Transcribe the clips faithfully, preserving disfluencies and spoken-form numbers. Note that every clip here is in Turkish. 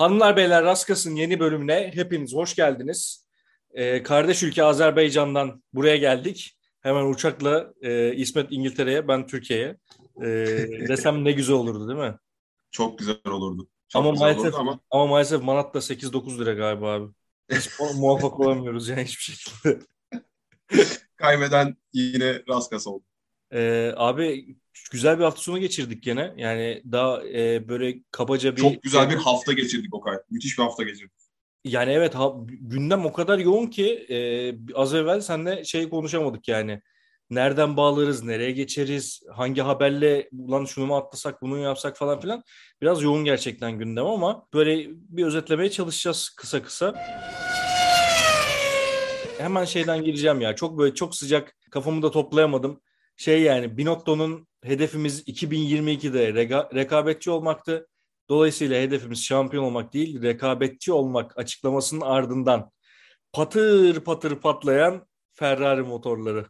Hanımlar beyler Raskas'ın yeni bölümüne hepiniz hoş geldiniz. Ee, kardeş ülke Azerbaycan'dan buraya geldik. Hemen uçakla e, İsmet İngiltere'ye, ben Türkiye'ye. Ee, desem ne güzel olurdu değil mi? Çok güzel olurdu. Ama Çok güzel maalesef olurdu ama ama maalesef Manat'ta sekiz dokuz lira galiba abi. Hiç mu- muvaffak olamıyoruz yani hiçbir şekilde. kaybeden yine Raskas oldu. Ee, abi güzel bir hafta sonu geçirdik gene. Yani daha e, böyle kabaca bir Çok güzel şey. bir hafta geçirdik Okay. Müthiş bir hafta geçirdik. Yani evet ha, gündem o kadar yoğun ki e, az evvel seninle şey konuşamadık yani. Nereden bağlarız, nereye geçeriz, hangi haberle ulan şunu mu atlasak, bunu mu yapsak falan filan. Biraz yoğun gerçekten gündem ama böyle bir özetlemeye çalışacağız kısa kısa. Hemen şeyden gireceğim ya. Çok böyle çok sıcak kafamı da toplayamadım. Şey yani Binotto'nun hedefimiz iki bin yirmi ikide rega- rekabetçi olmaktı. Dolayısıyla hedefimiz şampiyon olmak değil, rekabetçi olmak açıklamasının ardından patır patır patlayan Ferrari motorları.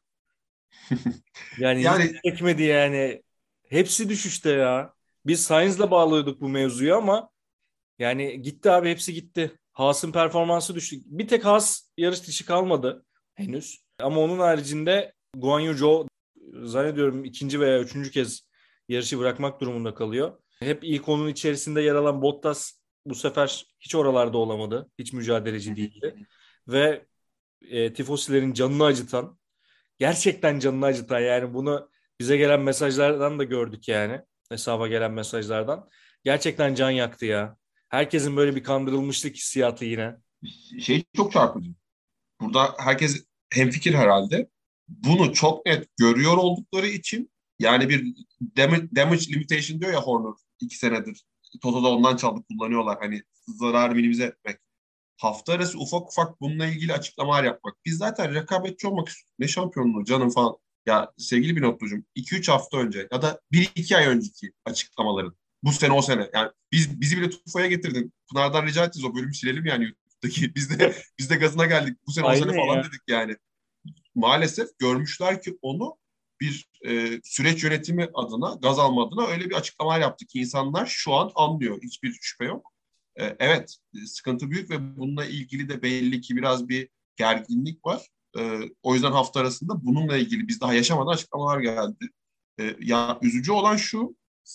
Yani hiç Yani çekmedi yani. Hepsi düşüşte ya. Biz Sainz'la bağlıyorduk bu mevzuyu ama yani gitti abi, hepsi gitti. Haas'ın performansı düştü. Bir tek Haas yarış dışı kalmadı henüz. Ama onun haricinde Guan Yu Zhou zannediyorum ikinci veya üçüncü kez yarışı bırakmak durumunda kalıyor. Hep ilk onun içerisinde yer alan Bottas bu sefer hiç oralarda olamadı. Hiç mücadeleci değildi. Ve e, tifosilerin canını acıtan, gerçekten canını acıtan, yani bunu bize gelen mesajlardan da gördük yani. Hesaba gelen mesajlardan. Gerçekten can yaktı ya. Herkesin böyle bir kandırılmışlık hissiyatı yine. şey çok çarpıcı. Burada herkes hemfikir herhalde. Bunu çok net görüyor oldukları için yani bir damage, damage limitation diyor ya Horner iki senedir. Toto'da ondan çaldı kullanıyorlar. Hani zararı minimize etmek. Hafta arası ufak ufak bununla ilgili açıklamalar yapmak. Biz zaten rekabetçi olmak istiyoruz. Ne şampiyonluğu canım falan. Ya sevgili bir noktucum iki üç hafta önce ya da bir iki ay önceki açıklamaların bu sene o sene. Yani biz bizi bile Tufa'ya getirdin. Pınar'dan rica edeceğiz o bölümü silelim yani YouTube'daki. Biz de biz de gazına geldik. Bu sene o sene Aynen falan ya. dedik yani. Maalesef görmüşler ki onu bir e, süreç yönetimi adına, gaz alma adına öyle bir açıklama yaptı ki insanlar şu an anlıyor. Hiçbir şüphe yok. E, evet, sıkıntı büyük ve bununla ilgili de belli ki biraz bir gerginlik var. E, o yüzden hafta arasında bununla ilgili biz daha yaşamadan açıklamalar geldi. E, ya üzücü olan şu,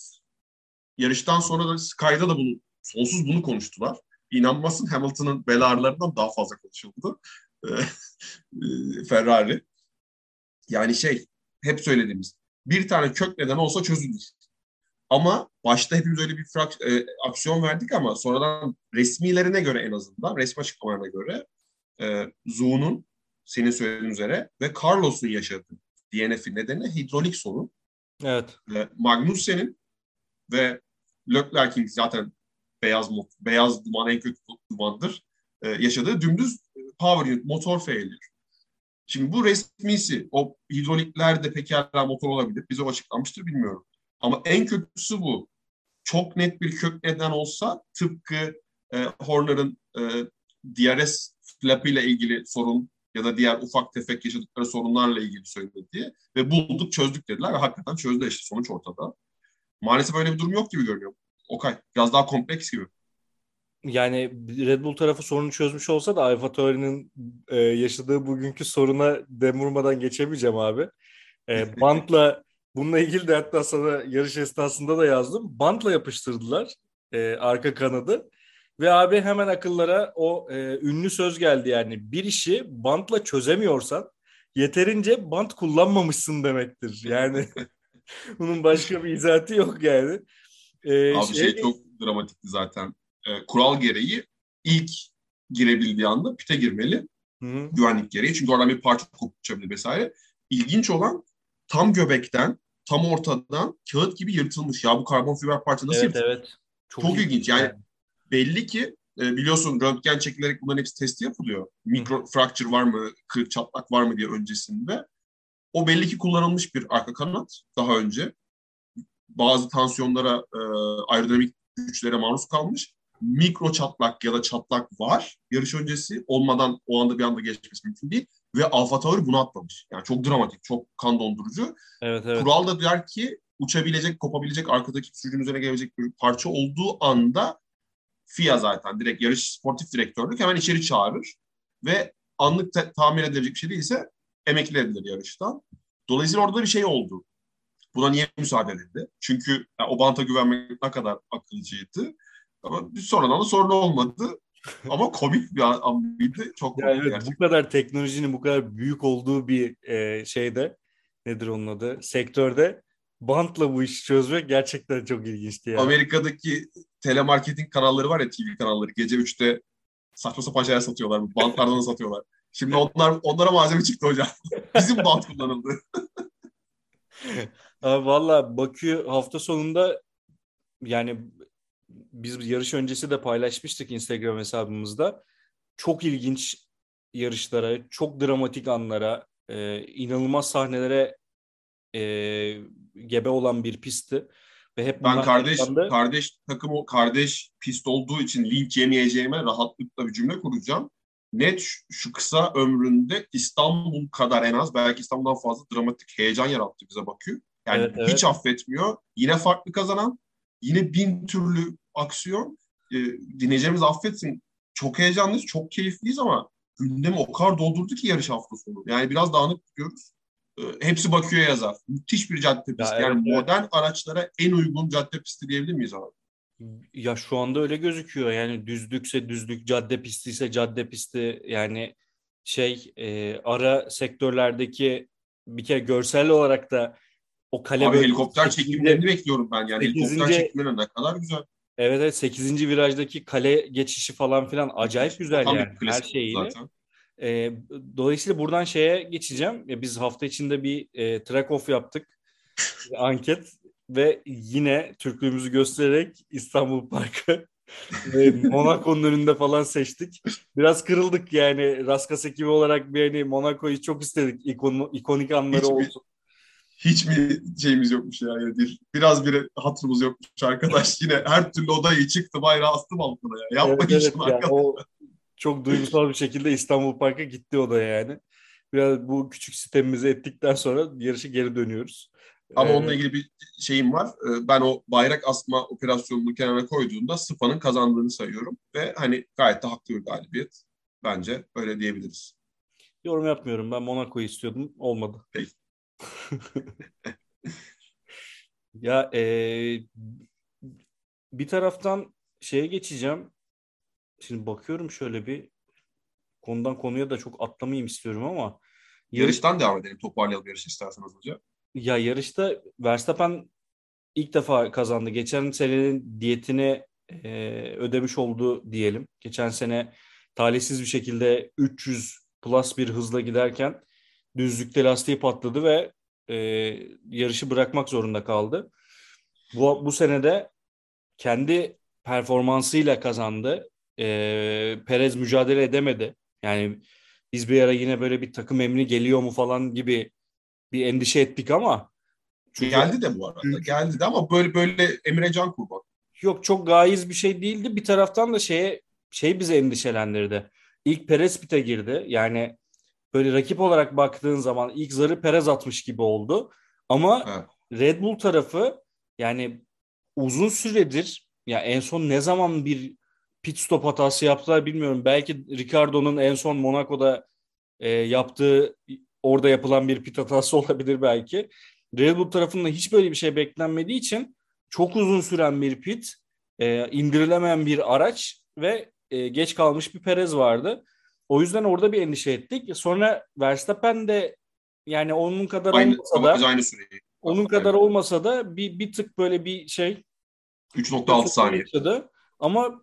yarıştan sonra da Sky'da da bunu sonsuz bunu konuştular. İnanmasın Hamilton'ın belalarından daha fazla konuşuldu. E, e, Ferrari. Yani şey hep söylediğimiz bir tane kök neden olsa çözülür. Ama başta hepimiz öyle bir frak, e, aksiyon verdik ama sonradan resmilerine göre en azından resmi açıklamalarına göre e, Zhu'nun senin söylediğin üzere ve Carlos'un yaşadığı D N F'in nedeni hidrolik sorun. Evet. E, Magnussen'in ve Leclerc'in zaten beyaz beyaz duman en kötü dumandır. E, yaşadığı dümdüz power unit motor failure. Şimdi bu resmisi. O hidrolikler de pekala motor olabilir. Bize o açıklanmıştır bilmiyorum. Ama en kötüsü bu. Çok net bir kök neden olsa tıpkı e, Horner'ın e, D R S flapıyla ilgili sorun ya da diğer ufak tefek yaşadıkları sorunlarla ilgili söylediği ve bulduk çözdük dediler ve hakikaten çözdü işte sonuç ortada. Maalesef öyle bir durum yok gibi görünüyor. Okay. Biraz daha kompleks gibi. Yani Red Bull tarafı sorunu çözmüş olsa da AlphaTauri'nin e, yaşadığı bugünkü soruna dem vurmadan geçemeyeceğim abi. E, bantla bununla ilgili de hatta sana yarış esnasında da yazdım. Bantla yapıştırdılar e, arka kanadı. Ve abi hemen akıllara o e, ünlü söz geldi, yani bir işi bantla çözemiyorsan yeterince bant kullanmamışsın demektir. Yani bunun başka bir izahatı yok yani. E, Abi şeye şey geç... çok dramatikti zaten. E, kural gereği ilk girebildiği anda pite girmeli. Hı-hı. Güvenlik gereği. Çünkü oradan bir parça kopuşabilir vesaire. İlginç olan tam göbekten, tam ortadan kağıt gibi yırtılmış. Ya bu karbon fiber parça nasıl Evet, yırtılır? evet. Çok Çok ilginç. ilginç Yani yani. belli ki e, biliyorsun röntgen çekilerek bunların hepsi testi yapılıyor. Hı-hı. Mikro fracture var mı, kırık çatlak var mı diye öncesinde. O belli ki kullanılmış bir arka kanat daha önce. Bazı tansiyonlara, e, aerodinamik güçlere maruz kalmış. Mikro çatlak ya da çatlak var yarış öncesi. Olmadan o anda bir anda geçmesi mümkün değil. Ve AlphaTauri bunu atlamış. Yani çok dramatik, çok kan dondurucu. Evet, evet. Kural da der ki uçabilecek, kopabilecek, arkadaki sürücünün üzerine gelebilecek bir parça olduğu anda F I A zaten direkt yarış sportif direktörlük hemen içeri çağırır ve anlık te- tahmin edilecek bir şey değilse emekli edilir yarıştan. Dolayısıyla orada bir şey oldu. Buna niye müsaade edildi? Çünkü yani o banta güvenmek ne kadar akılcıydı. Ama bir sonradan da sorun olmadı. Ama komik bir anıydı. Çok Ya komik evet, bu gerçekten. kadar teknolojinin bu kadar büyük olduğu bir e, şeyde, nedir onun adı, sektörde bantla bu işi çözmek gerçekten çok ilginçti ya. Amerika'daki telemarketing kanalları var ya, T V kanalları. Gece üçte saçma sapan şeyler satıyorlar. Bantlardan da satıyorlar. Şimdi onlar onlara malzeme çıktı hocam. Bizim bant kullanıldı. Abi valla Bakü hafta sonunda, yani biz yarış öncesi de paylaşmıştık Instagram hesabımızda. Çok ilginç yarışlara, çok dramatik anlara, e, inanılmaz sahnelere e, gebe olan bir pistti. Ve hep Ben bunlar kardeş yaşandı. kardeş takım o kardeş pist olduğu için linç yemeyeceğime rahatlıkla bir cümle kuracağım. Net şu, şu kısa ömründe İstanbul kadar, en az belki İstanbul'dan fazla dramatik heyecan yarattı bize Bakü. Yani Evet, hiç evet. affetmiyor. Yine farklı kazanan, yine bin türlü aksiyon. Ee, dinleyeceğimiz affetsin. Çok heyecanlıyız, çok keyifliyiz ama gündemi o kadar doldurdu ki yarış hafta sonu. Yani biraz dağınık gidiyoruz. E, hepsi Bakü'ye yazar. Müthiş bir cadde Ya pisti. evet, Yani evet. modern araçlara en uygun cadde pisti diyebilir miyiz abi? Ya şu anda öyle gözüküyor. Yani düzlükse düzlük, cadde pisti ise cadde pisti. Yani şey, e, ara sektörlerdeki bir kere görsel olarak da o kale Abi bölgesi helikopter çekimlerini sekizinci bekliyorum ben. Yani helikopter sekizinci çekimleri ne kadar güzel. evet, evet, sekizinci virajdaki kale geçişi falan filan acayip Müthiş. O güzel tam yani bir her klasik oldu şeyiyle. zaten. E, Dolayısıyla buradan şeye geçeceğim. Ya biz hafta içinde bir e, track off yaptık. Bir anket ve yine Türklüğümüzü göstererek İstanbul Parkı ve Monaco'nun önünde falan seçtik. Biraz kırıldık yani, Raskas ekibi olarak bir hani Monaco'yu çok istedik. İkon, ikonik anları Hiç mi olsun. hiç mi şeyimiz yokmuş ya? Yani bir, biraz bile hatırımız yokmuş arkadaş. Yine her türlü odayı çıktı, bayrağı astım altına ya. Evet, Yapmayın evet, şunu yani arkadaş. o çok duygusal bir şekilde İstanbul Park'a gitti o da yani. Biraz bu küçük sistemimizi ettikten sonra yarışa geri dönüyoruz. Ama Ee, onunla ilgili bir şeyim var. Ee, Ben o bayrak asma operasyonunu kenara koyduğumda Sıfa'nın kazandığını sayıyorum. Ve hani gayet de haklı bir galibiyet. Bence öyle diyebiliriz. Yorum yapmıyorum. Ben Monaco'yu istiyordum. Olmadı. Peki. Ya e, bir taraftan şeye geçeceğim. Şimdi bakıyorum şöyle bir, konudan konuya da çok atlamayayım istiyorum ama yarış, Yarıştan devam edelim. Toparlayalım yarışı istersen hızlıca. ya yarışta Verstappen ilk defa kazandı. Geçen senenin diyetini e, ödemiş oldu diyelim. Geçen sene talihsiz bir şekilde üç yüz plus bir hızla giderken düzlükte lastiği patladı ve e, yarışı bırakmak zorunda kaldı. Bu, bu sene de kendi performansıyla kazandı. E, Perez mücadele edemedi. Yani biz bir ara yine böyle bir takım emri geliyor mu falan gibi bir endişe ettik ama çünkü Geldi de bu arada. Geldi de ama böyle böyle Emre Can Kurban. yok, çok gayız bir şey değildi. Bir taraftan da şeye şey bizi endişelendirdi. İlk Perez pite girdi. Yani böyle rakip olarak baktığın zaman ilk zarı Perez atmış gibi oldu. Ama Evet. Red Bull tarafı, yani uzun süredir, ya en son ne zaman bir pit stop hatası yaptılar bilmiyorum. Belki Ricardo'nun en son Monaco'da e, yaptığı, orada yapılan bir pit hatası olabilir belki. Red Bull tarafında hiç böyle bir şey beklenmediği için çok uzun süren bir pit, e, indirilemeyen bir araç ve e, geç kalmış bir Perez vardı. O yüzden orada bir endişe ettik. Sonra Verstappen de, yani onun kadar Aynı olmasa kabaca da aynı süreyi. onun kadar Aynen. olmasa da bir bir tık böyle bir şey üç nokta altı kötülüğü saniye. yaşadı. Ama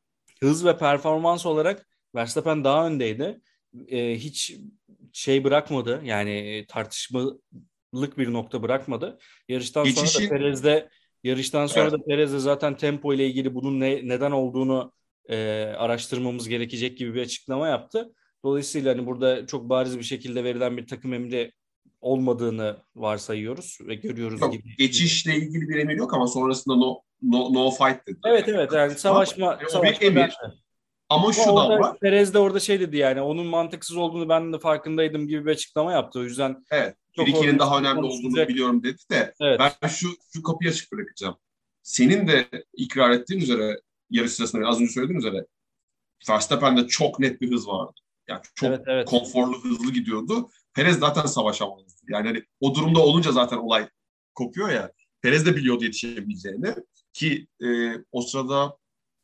hız ve performans olarak Verstappen daha öndeydi. Ee, hiç şey bırakmadı. Yani tartışmalık bir nokta bırakmadı. Yarıştan sonra da Geçişin Perez'de yarıştan sonra da evet. Perez'de zaten tempo ile ilgili bunun ne, neden olduğunu e, araştırmamız gerekecek gibi bir açıklama yaptı. Dolayısıyla hani burada çok bariz bir şekilde verilen bir takım emri olmadığını varsayıyoruz ve görüyoruz Yok, gibi. geçişle ilgili bir emir yok ama sonrasında no, no, no fight dediler. Evet, Yani evet, yani kapışma. savaşma Yani o bir savaşma der. emir. Ama Ama şu da orada var. Perez de orada şey dedi, yani onun mantıksız olduğunu ben de farkındaydım gibi bir açıklama yaptı. O yüzden Evet. çok orada bir ikinin daha üstüne önemli olduğunu konuşulacak. biliyorum dedi de ben Evet. şu şu kapıyı açık bırakacağım. Senin de ikrar ettiğin üzere yarış sırasında az önce söylediğiniz üzere Verstappen'de çok net bir hız vardı. Yani çok Evet, evet. konforlu, hızlı gidiyordu. Perez zaten savaşamazdı. Yani hani o durumda olunca zaten olay kopuyor ya. Perez de biliyordu yetişebileceğini ki e, o sırada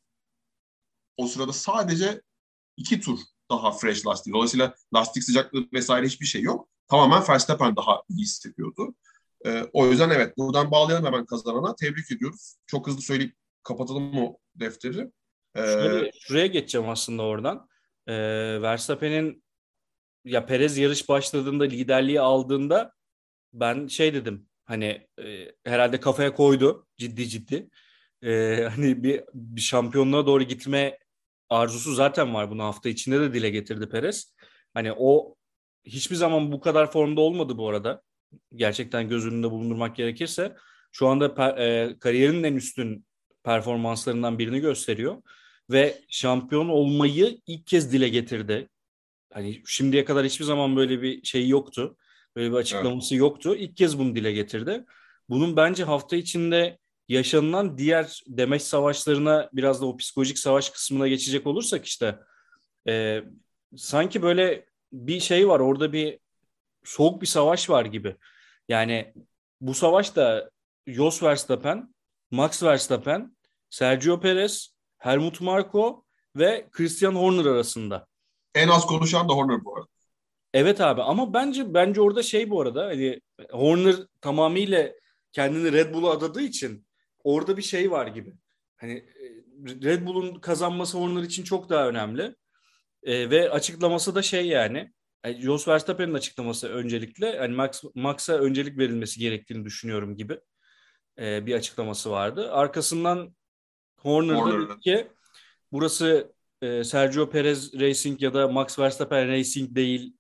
o sırada sadece iki tur daha fresh lastik. Dolayısıyla lastik sıcaklığı vesaire hiçbir şey yok. Tamamen Verstappen daha iyi hissediyordu. Ee, o yüzden evet buradan bağlayalım hemen kazanana. Tebrik ediyoruz. Çok hızlı söyleyip kapatalım o defteri. Ee, Şöyle şuraya geçeceğim aslında oradan. Ee, Verstappen'in ya Perez yarış başladığında liderliği aldığında ben şey dedim hani e, herhalde kafaya koydu ciddi ciddi. Ee, hani bir, bir şampiyonluğa doğru gitme arzusu zaten var, bunu hafta içinde de dile getirdi Perez. Hani o hiçbir zaman bu kadar formda olmadı bu arada. Gerçekten göz önünde bulundurmak gerekirse. Şu anda per- e, kariyerinin en üstün performanslarından birini gösteriyor. Ve şampiyon olmayı ilk kez dile getirdi. Hani şimdiye kadar hiçbir zaman böyle bir şey yoktu. Böyle bir evet. açıklaması yoktu. İlk kez bunu dile getirdi. Bunun bence hafta içinde yaşanılan diğer demeç savaşlarına, biraz da o psikolojik savaş kısmına geçecek olursak işte e, sanki böyle bir şey var orada, bir soğuk bir savaş var gibi. Yani bu savaş da Jos Verstappen, Max Verstappen, Sergio Perez, Helmut Marko ve Christian Horner arasında. En az konuşan da Horner bu arada. Evet abi, ama bence bence orada şey, bu arada hani Horner tamamıyla kendini Red Bull'a adadığı için orada bir şey var gibi. Hani e, Red Bull'un kazanması Horner için çok daha önemli. E, ve açıklaması da şey yani, yani Jos Verstappen'in açıklaması öncelikle hani Max Max'a öncelik verilmesi gerektiğini düşünüyorum gibi e, bir açıklaması vardı. Arkasından Horner'da dedi Horner'ın. ki burası e, Sergio Perez Racing ya da Max Verstappen Racing değil,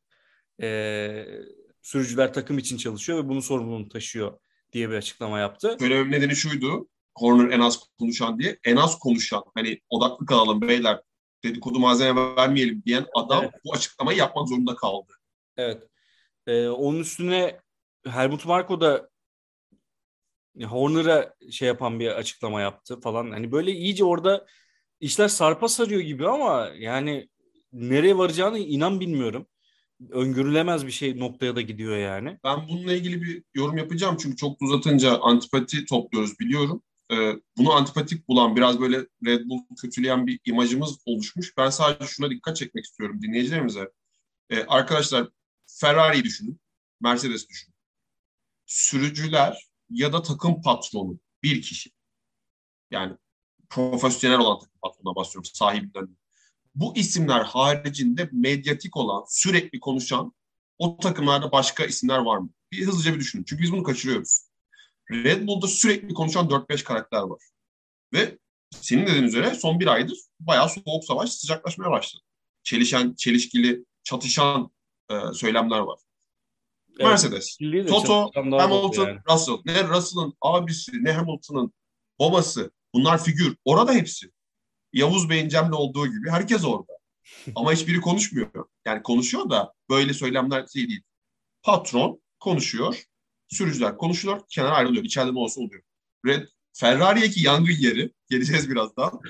e, sürücüler takım için çalışıyor ve bunun sorumluluğunu taşıyor diye bir açıklama yaptı. Söylemem nedeni şuydu. Horner en az konuşan diye. En az konuşan hani odaklı kalalım beyler dedikodu malzeme vermeyelim diyen adam Evet, bu açıklamayı yapmak zorunda kaldı. evet. E, onun üstüne Helmut Marko da Horner'a şey yapan bir açıklama yaptı falan. Hani böyle iyice orada işler sarpa sarıyor gibi, ama yani nereye varacağını inan bilmiyorum. Öngörülemez bir şey noktaya da gidiyor yani. Ben bununla ilgili bir yorum yapacağım çünkü çok uzatınca antipati topluyoruz biliyorum. Ee, bunu antipatik bulan, biraz böyle Red Bull kötüleyen bir imajımız oluşmuş. Ben sadece şuna dikkat çekmek istiyorum dinleyicilerimize. Ee, arkadaşlar Ferrari'yi düşünün, Mercedes düşünün. Sürücüler ya da takım patronu bir kişi. Yani profesyonel olan takım patronuna bahsediyorum, sahibinden. Bu isimler haricinde medyatik olan, sürekli konuşan o takımlarda başka isimler var mı? Bir hızlıca bir düşünün. Çünkü biz bunu kaçırıyoruz. Red Bull'da sürekli konuşan dört beş karakter var. Ve senin dediğin üzere son bir aydır bayağı soğuk savaş sıcaklaşmaya başladı. Çelişen, çelişkili, çatışan e, söylemler var. Evet. Mercedes, Değil de Toto, çalışan daha fazla Hamilton, yani. Russell. Ne Russell'ın abisi, ne Hamilton'ın babası. Bunlar figür. Orada hepsi. Yavuz Bey'in Cem'le olduğu gibi herkes orada. Ama hiçbiri konuşmuyor. Yani konuşuyor da böyle söylemler şey değil. Patron konuşuyor. Sürücüler konuşuyor. Kenara ayrılıyor. İçeride ne olsa oluyor. Red, Ferrari'deki yangın yeri. Geleceğiz birazdan.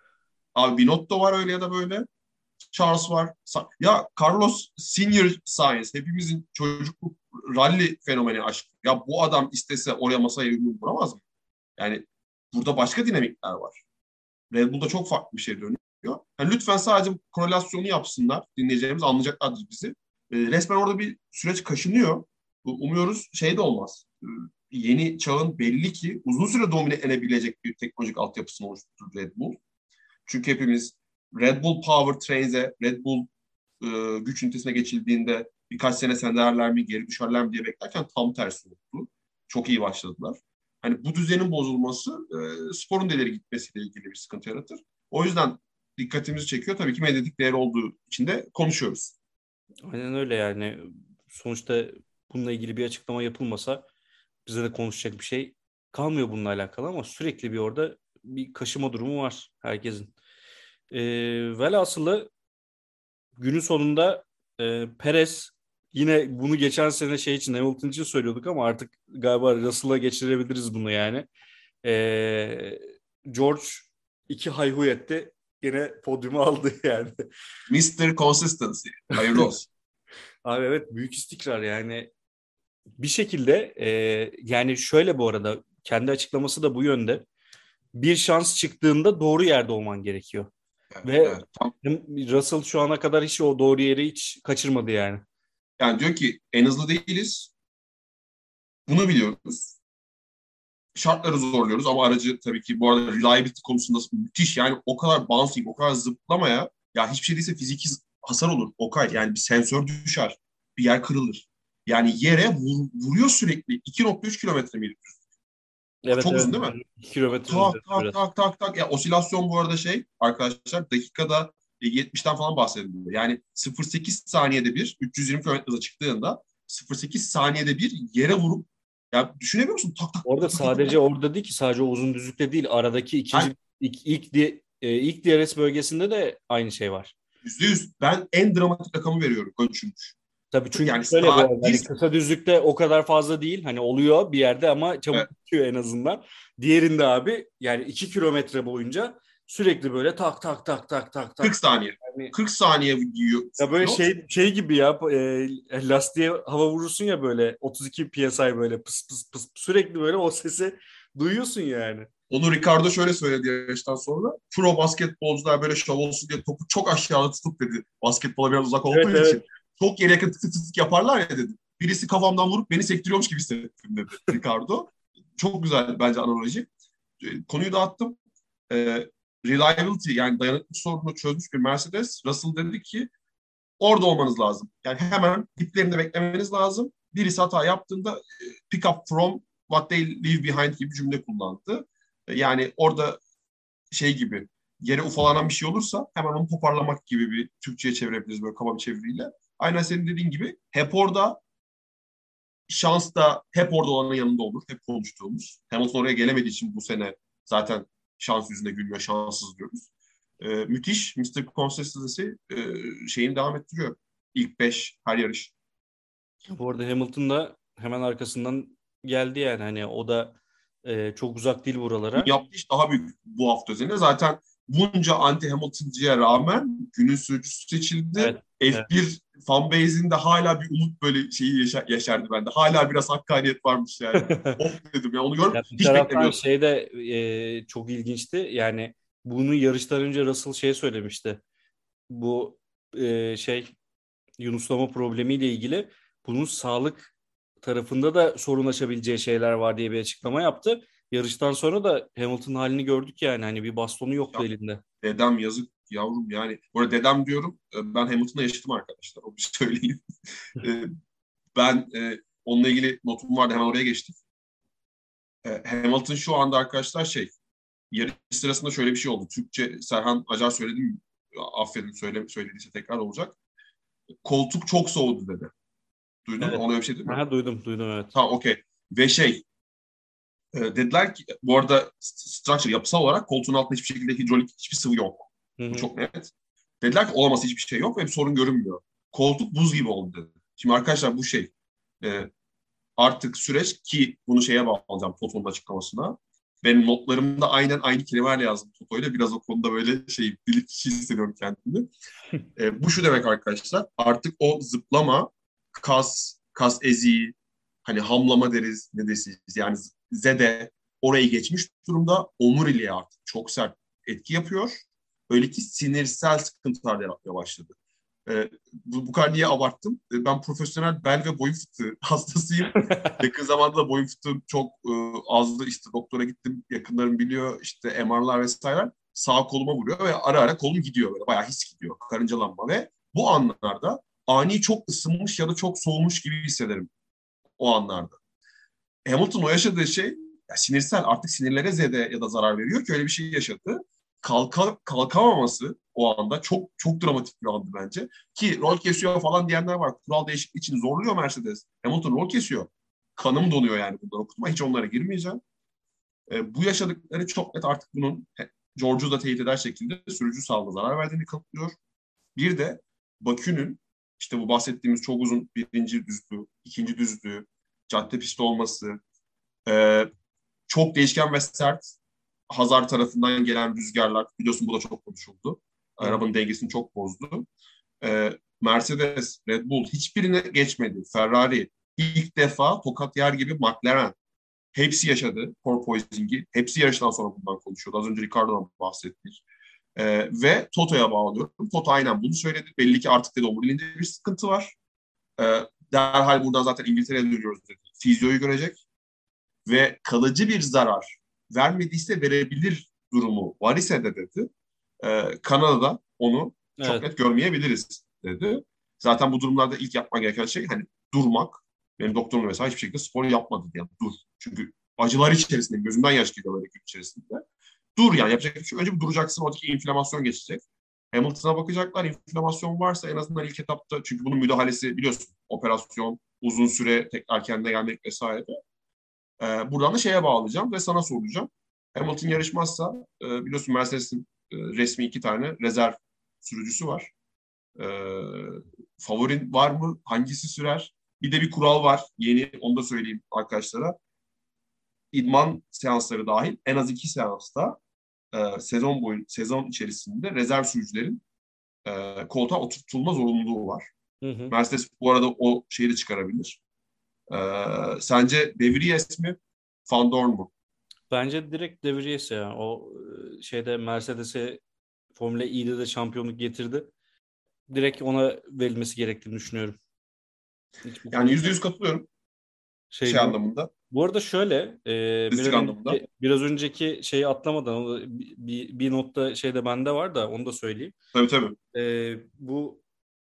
Abi Binotto var öyle ya da böyle. Charles var. Ya Carlos Senior Science. Hepimizin çocukluk rally fenomeni aşkı. Ya bu adam istese oraya masaya yumruğunu vuramaz mı? Yani burada başka dinamikler var. Red Bull'da çok farklı bir şey dönüyor. Yani lütfen sadece korelasyonu yapsınlar. Dinleyeceğimiz anlayacaklardır bizi. E, resmen orada bir süreç kaşınıyor. Umuyoruz şey de olmaz. E, yeni çağın belli ki uzun süre domine edebilecek bir teknolojik altyapısını oluşturdu Red Bull. Çünkü hepimiz Red Bull Powertrains'e, Red Bull e, güç ünitesine geçildiğinde birkaç sene sendelerler mi, geri düşerler mi diye beklerken tam tersi oldu. Çok iyi başladılar. Hani bu düzenin bozulması e, sporun değeri gitmesiyle ilgili bir sıkıntı yaratır. O yüzden dikkatimizi çekiyor. Tabii ki medyatik değer olduğu için de konuşuyoruz. Aynen öyle yani. Sonuçta bununla ilgili bir açıklama yapılmasa bize de konuşacak bir şey kalmıyor bununla alakalı, ama sürekli bir orada bir kaşıma durumu var herkesin. Ee, velhasılı günün sonunda e, Perez, yine bunu geçen sene şey için, Hamilton için söylüyorduk ama artık galiba Russell'a geçirebiliriz bunu yani. Ee, George iki hayhu etti. Yine podyumu aldı yani. mister Consistency. Hayırlı olsun. Abi evet, büyük istikrar yani. Bir şekilde e, yani şöyle, bu arada kendi açıklaması da bu yönde. Bir şans çıktığında doğru yerde olman gerekiyor. Evet, Ve evet. Tam, Russell şu ana kadar hiç o doğru yeri hiç kaçırmadı yani. yani diyor ki en hızlı değiliz. Bunu biliyoruz. Şartları zorluyoruz ama aracı tabii ki bu arada reliability konusunda müthiş. Yani o kadar bouncing, o kadar zıplamaya, ya hiçbir şey değilse fiziki hasar olur. Okay, yani bir sensör düşer, bir yer kırılır. Yani yere vur, vuruyor sürekli. iki nokta üç kilometre miydi? Evet, Çok evet. uzun değil mi? iki kilometre Tak üzerinde tak biraz. tak tak tak. Ya osilasyon bu arada şey arkadaşlar, dakikada yetmişten falan bahsediliyor. Yani sıfır virgül sekiz saniyede bir üç yüz yirmi kilometre hıza çıktığında sıfır virgül sekiz saniyede bir yere vurup, ya düşünebiliyor musun? Tak tak Orada tak tak tak sadece tak. orada değil ki, sadece o uzun düzlükte değil. Aradaki Ben ikinci ilk ilk, di- e, ilk D R S bölgesinde de aynı şey var. yüzde yüz ben en dramatik rakamı veriyorum. Ölçülmüş. Tabii, çünkü Yani şöyle, bu saat arada hani bir, kısa düzlükte o kadar fazla değil. Hani oluyor bir yerde ama evet, çabuk bitiyor en azından. Diğerinde abi yani iki kilometre boyunca sürekli böyle tak tak tak tak tak kırk tak. saniye. Yani kırk saniye giyiyor ya böyle pilot. şey şey gibi ya, e, lastiğe hava vurursun ya, böyle otuz iki P S I, böyle pıs pıs pıs, sürekli böyle o sesi duyuyorsun yani. Onu Ricardo şöyle söyledi yarıştan sonra. Pro basketbolcular böyle şov olsun diye topu çok aşağıda tutup dedi. Basketbola biraz uzak olduğu Evet, için. evet. Çok yere yakın tık tık tık yaparlar ya dedi. Birisi kafamdan vurup beni sektiriyormuş gibi hissettim dedi Ricardo. Çok güzel bence analoji. E, Konuyu dağıttım. E, Reliability, yani dayanıklık sorununu çözmüş bir Mercedes. Russell dedi ki orada olmanız lazım. Yani hemen diplerinde beklemeniz lazım. Birisi hata yaptığında e, pick up from what they leave behind gibi cümle kullandı. E, Yani orada şey gibi, yere ufalanan bir şey olursa hemen onu toparlamak gibi bir Türkçe'ye çevirebiliriz böyle kaba bir çeviriyle. Aynen senin dediğin gibi hep orada, şans da hep orada olanın yanında olur. Hep konuştuğumuz. Hamilton oraya gelemediği için bu sene zaten şans yüzünde gülüyor, şanssız diyoruz. Ee, müthiş. mister Consistency e, şeyini devam ettiriyor. İlk beş her yarış. Bu arada Hamilton da hemen arkasından geldi yani, hani o da e, çok uzak değil buralara. Yaptığı iş daha büyük bu hafta üzerinde. Zaten bunca anti-Hamilton'cıya rağmen günün sürücüsü seçildi. Evet. Evet. F bir fanbase'inde hala bir umut böyle şeyi yaşa yaşardı bende. Hala biraz hakkaniyet varmış yani. Oh dedim ya, onu görüp Ya bir hiç taraftan beklemiyordum. şey de e, çok ilginçti. Yani bunu yarıştan önce Russell şey söylemişti. Bu e, şey Yunuslama problemiyle ilgili bunun sağlık tarafında da sorun açabileceği şeyler var diye bir açıklama yaptı. Yarıştan sonra da Hamilton halini gördük yani, hani bir bastonu yoktu Ya, elinde. dedem yazık yavrum yani. Bu arada dedem diyorum. e, Ben Hamilton'la yaşadım arkadaşlar. O bir söyleyeyim. E, Ben e, onunla ilgili notum vardı. Hemen oraya geçtim. E, Hamilton şu anda arkadaşlar şey, yarış sırasında şöyle bir şey oldu. Türkçe Serhan Acar söyledi mi? Affedin, söyle, söylediyse tekrar olacak. Koltuk çok soğudu dedi. Duydun mu? Evet. Ona öyle bir şey değil mi? Aha, duydum, duydum, evet. Tamam, okey. Ve şey, e, dediler ki bu arada structure, yapısal olarak koltuğun altında hiçbir şekilde hidrolik hiçbir sıvı yok. Hı Bu hı. çok net. Dediler ki olamaz, hiçbir şey yok ve bir sorun görünmüyor. Koltuk buz gibi oldu dedi. Şimdi arkadaşlar bu şey, e, artık süreç, ki bunu şeye bağlayacağım Toto'nun açıklamasına. Benim notlarımda aynen aynı kelimelerle yazdım Toto'yla. Biraz o konuda böyle şey, bilinç kişi hissediyorum kendimi. E, bu şu demek arkadaşlar. Artık o zıplama, kas, kas eziği, hani hamlama deriz, ne desiniz, yani zede orayı geçmiş durumda. Omuriliğe artık çok sert etki yapıyor. Öyle ki sinirsel sıkıntılar yaratmaya başladı. E, bu, bu kadar niye abarttım? E, ben profesyonel bel ve boyun fıtığı hastasıyım. Yakın zamanda da boyun fıtığım çok e, azdı. İşte doktora gittim. Yakınlarım biliyor. İşte M R'lar vesaire. Sağ koluma vuruyor ve ara ara kolum gidiyor böyle. Bayağı his gidiyor. Karıncalanma ve bu anlarda ani çok ısınmış ya da çok soğumuş gibi hissederim o anlarda. Hamilton o yaşadığı şey, ya sinirsel, artık sinirlere zede ya da zarar veriyor ki öyle bir şey yaşadı. Kalka, kalkamaması o anda çok çok dramatik bir andı bence. Ki rol kesiyor falan diyenler var. Kural değişikliği için zorluyor Mercedes. Hamilton rol kesiyor. Kanım donuyor yani bunları okutma. Hiç onlara girmeyeceğim. E, bu yaşadıkları çok net artık bunun George'u da teyit eder şekilde sürücü sağlığına zarar verdiğini kanıtlıyor. Bir de Bakü'nün işte bu bahsettiğimiz çok uzun birinci düzlüğü, ikinci düzlüğü, cadde pisti olması, e, çok değişken ve sert. Hazard tarafından gelen rüzgarlar, biliyorsun bu da çok konuşuldu. Hı hı. Arabanın dengesini çok bozdu. Ee, Mercedes, Red Bull hiçbirine geçmedi. Ferrari ilk defa tokat yer gibi, McLaren hepsi yaşadı porpoising'i. Hepsi yarıştan sonra bundan konuşuyordu. Az önce Ricardo'dan bahsettik. Ee, ve Toto'ya bağlıyorum. Toto aynen bunu söyledi. Belli ki artık dedi omuriliğinde bir sıkıntı var. Ee, derhal buradan zaten İngiltere'ye dönüyoruz dedi. Fizyoyu görecek ve kalıcı bir zarar vermediyse verebilir durumu var ise de dedi. Ee, Kanada'da onu çok Evet. net görmeyebiliriz dedi. Zaten bu durumlarda ilk yapman gereken şey hani durmak. Benim doktorum mesela hiçbir şekilde spor yapmadı diye. Dur. Çünkü acılar içerisinde gözümden yaş geliyor böyle gün içerisinde. Dur yani yapacak bir şey. Önce bir duracaksın. Oradaki inflamasyon geçecek. Hamilton'a bakacaklar. İnflamasyon varsa en azından ilk etapta, çünkü bunun müdahalesi biliyorsun. Operasyon, uzun süre tekrar kendine gelmek vesaire. Ee, buradan da şeye bağlayacağım ve sana soracağım. Hamilton yarışmazsa e, biliyorsun Mercedes'in e, resmi iki tane rezerv sürücüsü var. E, favorin var mı? Hangisi sürer? Bir de bir kural var. Yeni, onu da söyleyeyim arkadaşlara. İdman seansları dahil en az iki seansta e, sezon boyu sezon içerisinde rezerv sürücülerin e, koltuğa oturtulma zorunluluğu var. Hı hı. Mercedes bu arada o şeyi de çıkarabilir. E, sence De Vries mi? Van Dorn mu? Bence direkt De Vries ya. O e, şeyde Mercedes'e Formula E'de de şampiyonluk getirdi. Direkt ona verilmesi gerektiğini düşünüyorum. Hiç bu Yani yüzde konuda yüz katılıyorum şey şey değil. anlamında. Bu arada şöyle e, biraz Fizik anlamında. önceki, biraz önceki şeyi atlamadan o da bir, bir, bir notta şeyde bende var da onu da söyleyeyim. Tabii tabii. E, bu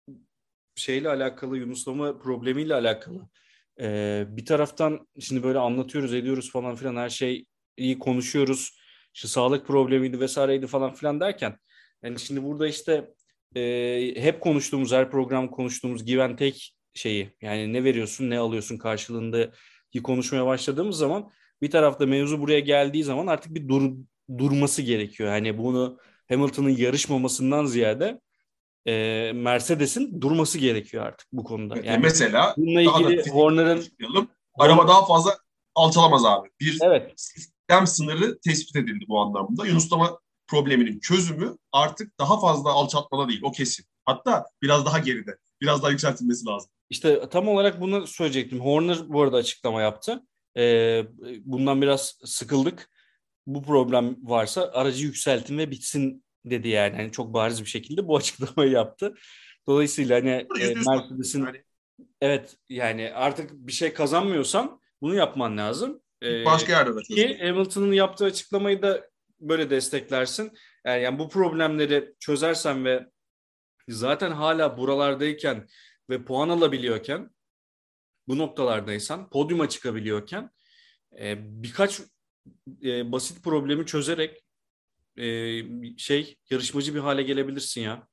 şeyle alakalı Yunuslama problemiyle alakalı. E, bir taraftan şimdi böyle anlatıyoruz ediyoruz falan filan her şey iyi konuşuyoruz. İşte sağlık problemiydi vesaireydi falan filan derken yani şimdi burada işte e, hep konuştuğumuz her program konuştuğumuz give and take şeyi yani ne veriyorsun ne alıyorsun karşılığında ki konuşmaya başladığımız zaman bir tarafta mevzu buraya geldiği zaman artık bir dur, durması gerekiyor. Yani bunu Hamilton'ın yarışmamasından ziyade e, Mercedes'in durması gerekiyor artık bu konuda. Evet, Yani mesela bununla daha da ilgili fiziki Horner'ın açıklayalım. Araba Horner, daha fazla alçalamaz abi. Bir evet sistem sınırı tespit edildi bu anlamda. Yunuslama probleminin çözümü artık daha fazla alçaltmada değil. O kesin. Hatta biraz daha geride. Biraz daha yükseltilmesi lazım. işte tam olarak bunu söyleyecektim. Horner bu arada açıklama yaptı. E, bundan biraz sıkıldık. Bu problem varsa aracı yükseltin ve bitsin dedi yani. Hani çok bariz bir şekilde bu açıklamayı yaptı. Dolayısıyla hani e, Yüzde yüz katılıyorum. Mercedes'in Yani evet yani artık bir şey kazanmıyorsan bunu yapman lazım. Ee, başka yerde de ki çözülür. Hamilton'ın yaptığı açıklamayı da böyle desteklersin. Yani, yani bu problemleri çözersen ve zaten hala buralardayken ve puan alabiliyorken bu noktalardaysan, podyuma çıkabiliyorken e, birkaç e, basit problemi çözerek e, şey yarışmacı bir hale gelebilirsin ya.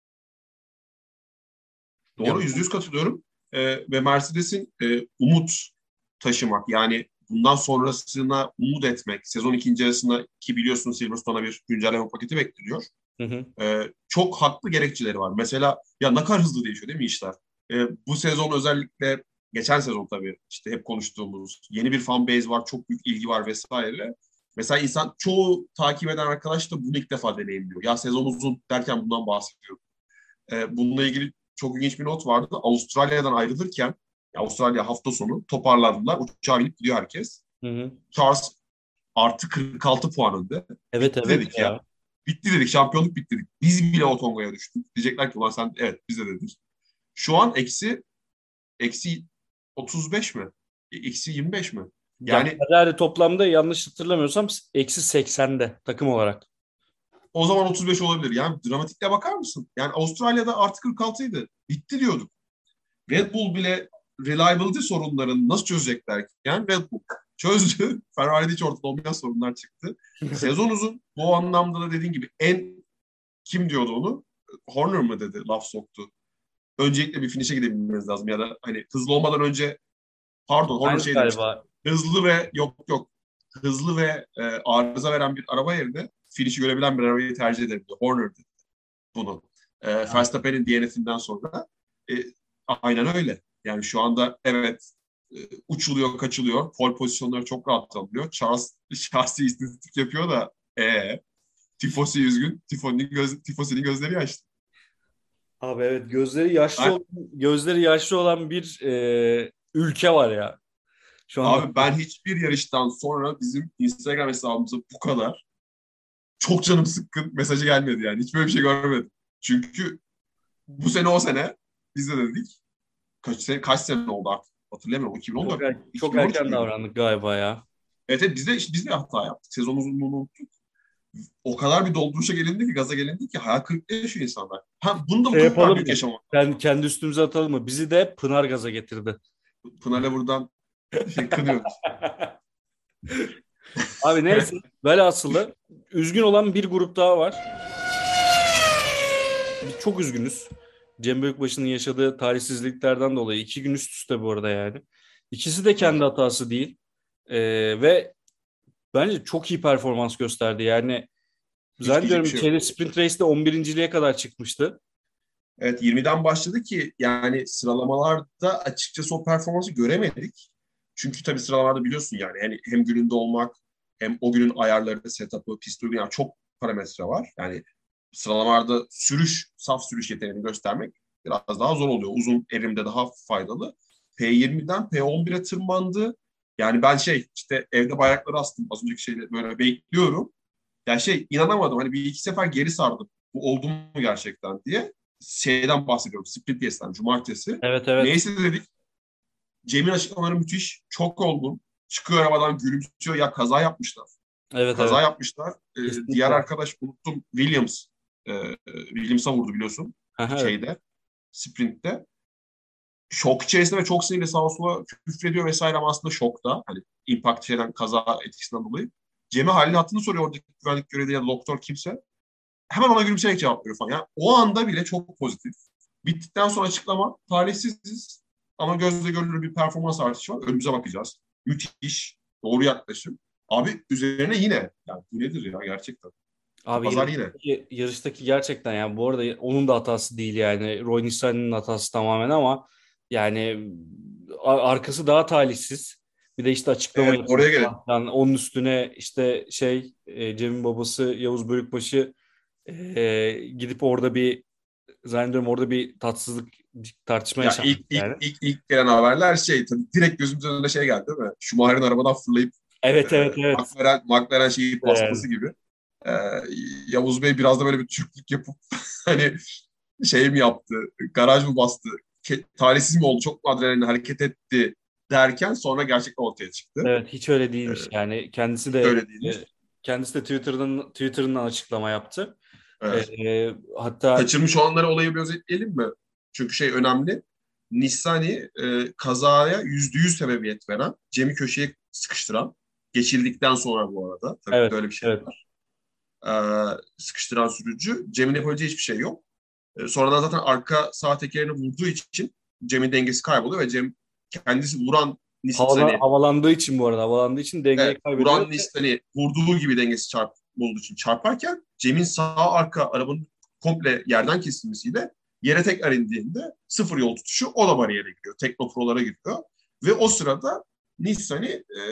Ya Doğru, yüzde yüz katılıyorum. Ee, ve Mercedes'in e, umut taşımak, yani bundan sonrasına umut etmek, sezon ikinci yarısında ki biliyorsun Silverstone'a bir güncelleme paketi bekleniyor. hı hı, Ee, çok haklı gerekçeleri var. Mesela ya ne kadar hızlı değişiyor değil mi işler? Ee, bu sezon özellikle, geçen sezon tabii işte hep konuştuğumuz yeni bir fan base var, çok büyük ilgi var vesaire. Mesela insan, çoğu takip eden arkadaş da bunu ilk defa deneyimliyor. Ya sezon uzun derken bundan bahsediyor. Ee, bununla ilgili çok ilginç bir not vardı. Avustralya'dan ayrılırken, ya Avustralya hafta sonu toparlandılar. Uçağa binip gidiyor herkes. hı hı. Charles artı kırk altı puan önde. Evet Bitti evet dedik ya. ya. Bitti dedik. Şampiyonluk bitti dedik. Biz bile o Tonga'ya düştük. Diyecekler ki ulan sen, evet biz de dedik. Şu an eksi eksi otuz beş mi? E, Eksi yirmi beş mi? Ya Yani Ferrari toplamda yanlış hatırlamıyorsam eksi seksende takım olarak. o zaman otuz beş olabilir. Yani dramatikle bakar mısın? Yani Avustralya'da artı kırk altıydı. Bitti diyorduk. Red Bull bile reliability sorunlarını nasıl çözeceklerken Red Bull çözdü. Ferrari'de hiç ortada olmayan sorunlar çıktı. Sezon uzun. Bu anlamda da dediğin gibi en, kim diyordu onu? Horner mı dedi, laf soktu. Öncelikle bir finish'e gidebilmeniz lazım ya da hani hızlı olmadan önce, pardon, Horner Sainz şey demişti. galiba. Hızlı ve yok yok hızlı ve e, arıza veren bir araba yerine finish'i görebilen bir arabayı tercih ederim diyor. Horner dedi bunu. E, Verstappen'in D N F'inden sonra. E, aynen öyle. Yani şu anda evet, e, uçuluyor, kaçılıyor. Pole pozisyonları çok rahat alıyor. Charles şahsi istatistik yapıyor da Ee, Tifosi üzgün. Tifoni'nin göz, Tifosi'nin gözleri yaşlı. Abi evet, gözleri yaşlı Ben, olan, gözleri yaşlı olan bir e, ülke var ya. Şu anda abi ben hiçbir yarıştan sonra bizim Instagram hesabımıza bu kadar çok canım sıkkın mesajı gelmedi yani. Hiç böyle bir şey görmedim. Çünkü bu sene o sene biz de dedik. Kaç sene, kaç sene oldu artık hatırlamıyorum. çok iki bin on dört mü? er- çok iki bin on üç erken müydü? davrandık galiba ya. Evet, evet biz de, biz de hata yaptık. Sezon uzunluğunu unuttuk. O kadar bir dolduruşa gelindi ki, gaza gelindi ki hayal kırıklığı yaşıyor insanlar. Ha, bunu da bu Şey kadar yapalım büyük mı? yaşamak Kendi, lazım. kendi üstümüze atalım mı? Bizi de Pınar gaza getirdi. Pınar'la buradan şey kınıyoruz. Abi neyse. Velhasılı üzgün olan bir grup daha var. Biz çok üzgünüz. Cem Büyükbaşı'nın yaşadığı talihsizliklerden dolayı. iki gün üst üste bu arada yani. İkisi de kendi Evet. hatası değil. Ee, ve bence çok iyi performans gösterdi. Yani Hiç diyecek bir zannediyorum şey yok. şeyde Sprint Race'de on birinciliğe kadar çıkmıştı. Evet, yirmiden başladı ki yani sıralamalarda açıkçası o performansı göremedik. Çünkü tabii sıralamalarda biliyorsun yani hem, hem gününde olmak hem o günün ayarları, setup'ı, pist uygun yani çok parametre var. Yani sıralamalarda sürüş, saf sürüş yeteneğini göstermek biraz daha zor oluyor. Uzun erimde daha faydalı. P yirmiden P on bire tırmandı. Yani ben şey işte evde bayrakları astım. Az önceki şeyle böyle bekliyorum. Yani şey inanamadım. Hani bir iki sefer geri sardım. Bu oldu mu gerçekten diye. Şeyden bahsediyorum. Split Race'den cumartesi. Evet, evet. Neyse dedik. Cem'in açıklamaları müthiş. Çok olgun. Çıkıyor arabadan gülümsüyor. Ya kaza yapmışlar. Evet, evet. Kaza yapmışlar. Ee, diğer Kesinlikle. arkadaş unuttum. Williams. Ee, Williams'a vurdu biliyorsun. Aha, evet. Şeyde. Sprint'te. Şok içerisinde ve çok sinirli sağa sola küfrediyor vesaire ama aslında şokta. Hani impact şeyden kaza etkisinden dolayı. Cem'e halini hattını soruyor oradaki güvenlik görevlileri ya da doktor kimse. Hemen ona gülümseyerek cevap veriyor falan. Yani o anda bile çok pozitif. Bittikten sonra açıklama talihsiziz ama gözle görülür bir performans artışı var. Önümüze bakacağız. Müthiş. Doğru yaklaşım. Abi üzerine yine. Yani bu nedir ya gerçekten. Bu Abi pazar yine. yarıştaki, yarıştaki gerçekten yani bu arada onun da hatası değil yani. Roy Nissan'ın hatası tamamen ama yani a- arkası daha talihsiz. Bir de işte açıklama Evet, yapıyor oraya gelelim. falan filan. Onun üstüne işte şey e, Cem'in babası Yavuz Bölükbaşı e, gidip orada bir zannediyorum orada bir tatsızlık bir tartışma Ya yaşanmış ilk ilk yani. ilk ilk gelen haberler şey tabii direkt gözümüzün önünde şey geldi değil mi? Schumacher'in arabadan fırlayıp e, Evet, evet, evet. McLaren, McLaren şeyi Yani. basması gibi. E, Yavuz Bey biraz da böyle bir Türklük yapıp hani şey mi yaptı, garaj mı bastı, ke- talihsiz mi oldu, çok mu adrenalin hareket etti derken sonra gerçekten ortaya çıktı. Evet, hiç öyle Ee, değilmiş yani kendisi hiç de öyle e, değilmiş. kendisi de Twitter'dan Twitter'ından açıklama yaptı. E, Evet. e, hatta Kaçırmış olanları olayı bir özetleyelim mi? Çünkü şey önemli. Nissani e, kazaya yüzde yüz sebebiyet veren, Cem'i köşeye sıkıştıran, geçildikten sonra bu arada, tabii bir de evet, öyle bir şey evet. var. Ee, sıkıştıran sürücü. Cem'in yapabileceği hiçbir şey yok. Ee, sonradan zaten arka sağ tekerini vurduğu için Cem'in dengesi kayboluyor ve Cem kendisi vuran Havada, Nissani havalandığı için bu arada havalandığı için dengeyi evet, kaybediyor. vuran Nissani vurduğu gibi dengesi çarp olduğu için çarparken Cem'in sağ arka arabanın komple yerden kesilmesiyle yere tekrar indiğinde sıfır yol tutuşu o da bariyere giriyor. Teknoprolara giriyor. Ve o sırada Nissani e,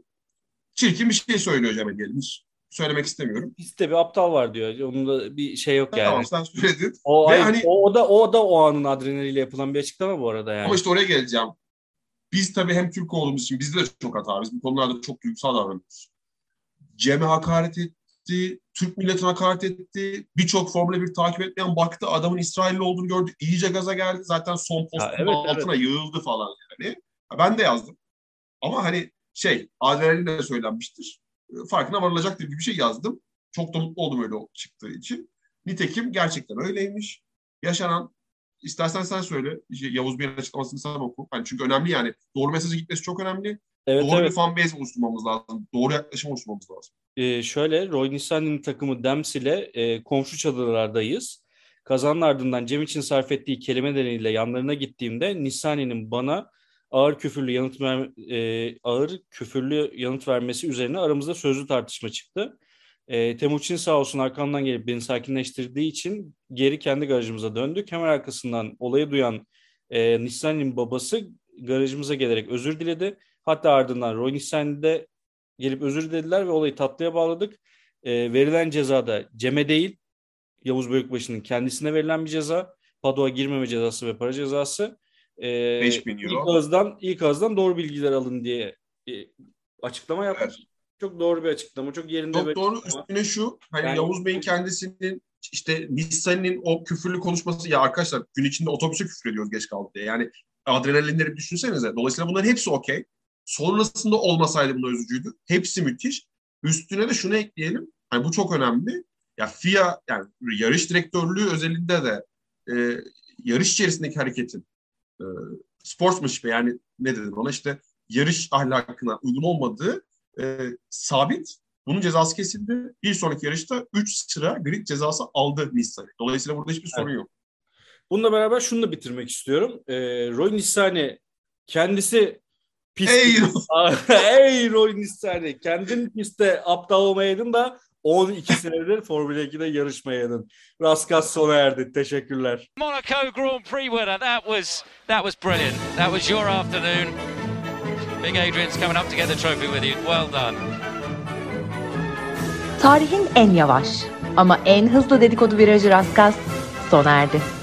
çirkin bir şey söylüyor Cem'e diyelim. Hiç söylemek istemiyorum. Pistte bir aptal var diyor. Onun da bir şey yok Tamam yani. sen söyledin. O Ve ay hani o, o da o da o anın adrenaliyle yapılan bir açıklama bu arada ama yani. işte oraya geleceğim. Biz tabii hem Türk olduğumuz için bizde de çok hata. Biz bu konularda çok duygusal davranıyoruz. Cem'e hakaret etti, Türk milletine hakaret etti. Birçok Formula bir takip etmeyen baktı adamın İsrailli olduğunu gördü. İyice gaza geldi. Zaten son Ya postunun evet, evet. altına yığıldı falan yani. Ben de yazdım. Ama hani şey adrenalin de söylenmiştir. Farkına varılacaktır gibi bir şey yazdım. Çok da mutlu oldum öyle çıktığı için. Nitekim gerçekten öyleymiş. Yaşanan istersen sen söyle. Yavuz Bey'in açıklamasını sen oku. Hani çünkü önemli yani. Doğru mesajı gitmesi çok önemli. Evet, Doğru bir evet. fan base oluşturmamız lazım. Doğru yaklaşım oluşturmamız lazım. Ee, şöyle Roy Nissan'ın takımı Dems ile e, komşu çadırlardayız. Kazanın ardından Cem için sarf ettiği kelimeleriyle yanlarına gittiğimde Nissani'nin bana ağır küfürlü yanıt ver, e, ağır küfürlü yanıt vermesi üzerine aramızda sözlü tartışma çıktı. E, Temuçin sağ olsun arkamdan gelip beni sakinleştirdiği için geri kendi garajımıza döndük. Hemen arkasından olayı duyan e, Nissani'nin babası garajımıza gelerek özür diledi. Hatta ardından Roy Nissani de gelip özür dilediler ve olayı tatlıya bağladık. E, verilen ceza da Cem'e değil, Yavuz Bölükbaşı'nın kendisine verilen bir ceza. Paddock'a girmeme cezası ve para cezası. E, beş bin ilk euro. ağızdan, ilk ağızdan doğru bilgiler alın diye e, açıklama yapmış. Evet. Çok doğru bir açıklama. Çok yerinde Çok bir doğru. açıklama. Üstüne şu, hani Yani- Yavuz Bey'in kendisinin işte Nissan'ın o küfürlü konuşması, ya arkadaşlar gün içinde otobüse küfür ediyoruz geç kaldı diye. Yani adrenalinleri bir düşünsenize. Dolayısıyla bunların hepsi okey. Sonrasında olmasaydı bunlar üzücüydü. Hepsi müthiş. Üstüne de şunu ekleyelim. Hani bu çok önemli. Ya F I A, yani yarış direktörlüğü özelinde de e, yarış içerisindeki hareketin e, sportsmanship, yani ne dedim ona, işte yarış ahlakına uygun olmadığı e, sabit. Bunun cezası kesildi. Bir sonraki yarışta üç sıra grid cezası aldı Nissan. Dolayısıyla burada hiçbir sorun Evet. yok. Bununla beraber şunu da bitirmek istiyorum. Ee, Roy Nissany kendisi pist... Ey! Ey Roy Nissany, kendin pistte aptal olmayaydın da on iki senedir Formula ikide yarışmayaydın. Raskas sona erdi. Teşekkürler. Monaco Grand Prix winner. That was that was brilliant. That was your afternoon. Big Adrian's coming up to get the trophy with you. Well done. Tarihin en yavaş ama en hızlı dedikodu virajı Raskas sona erdi.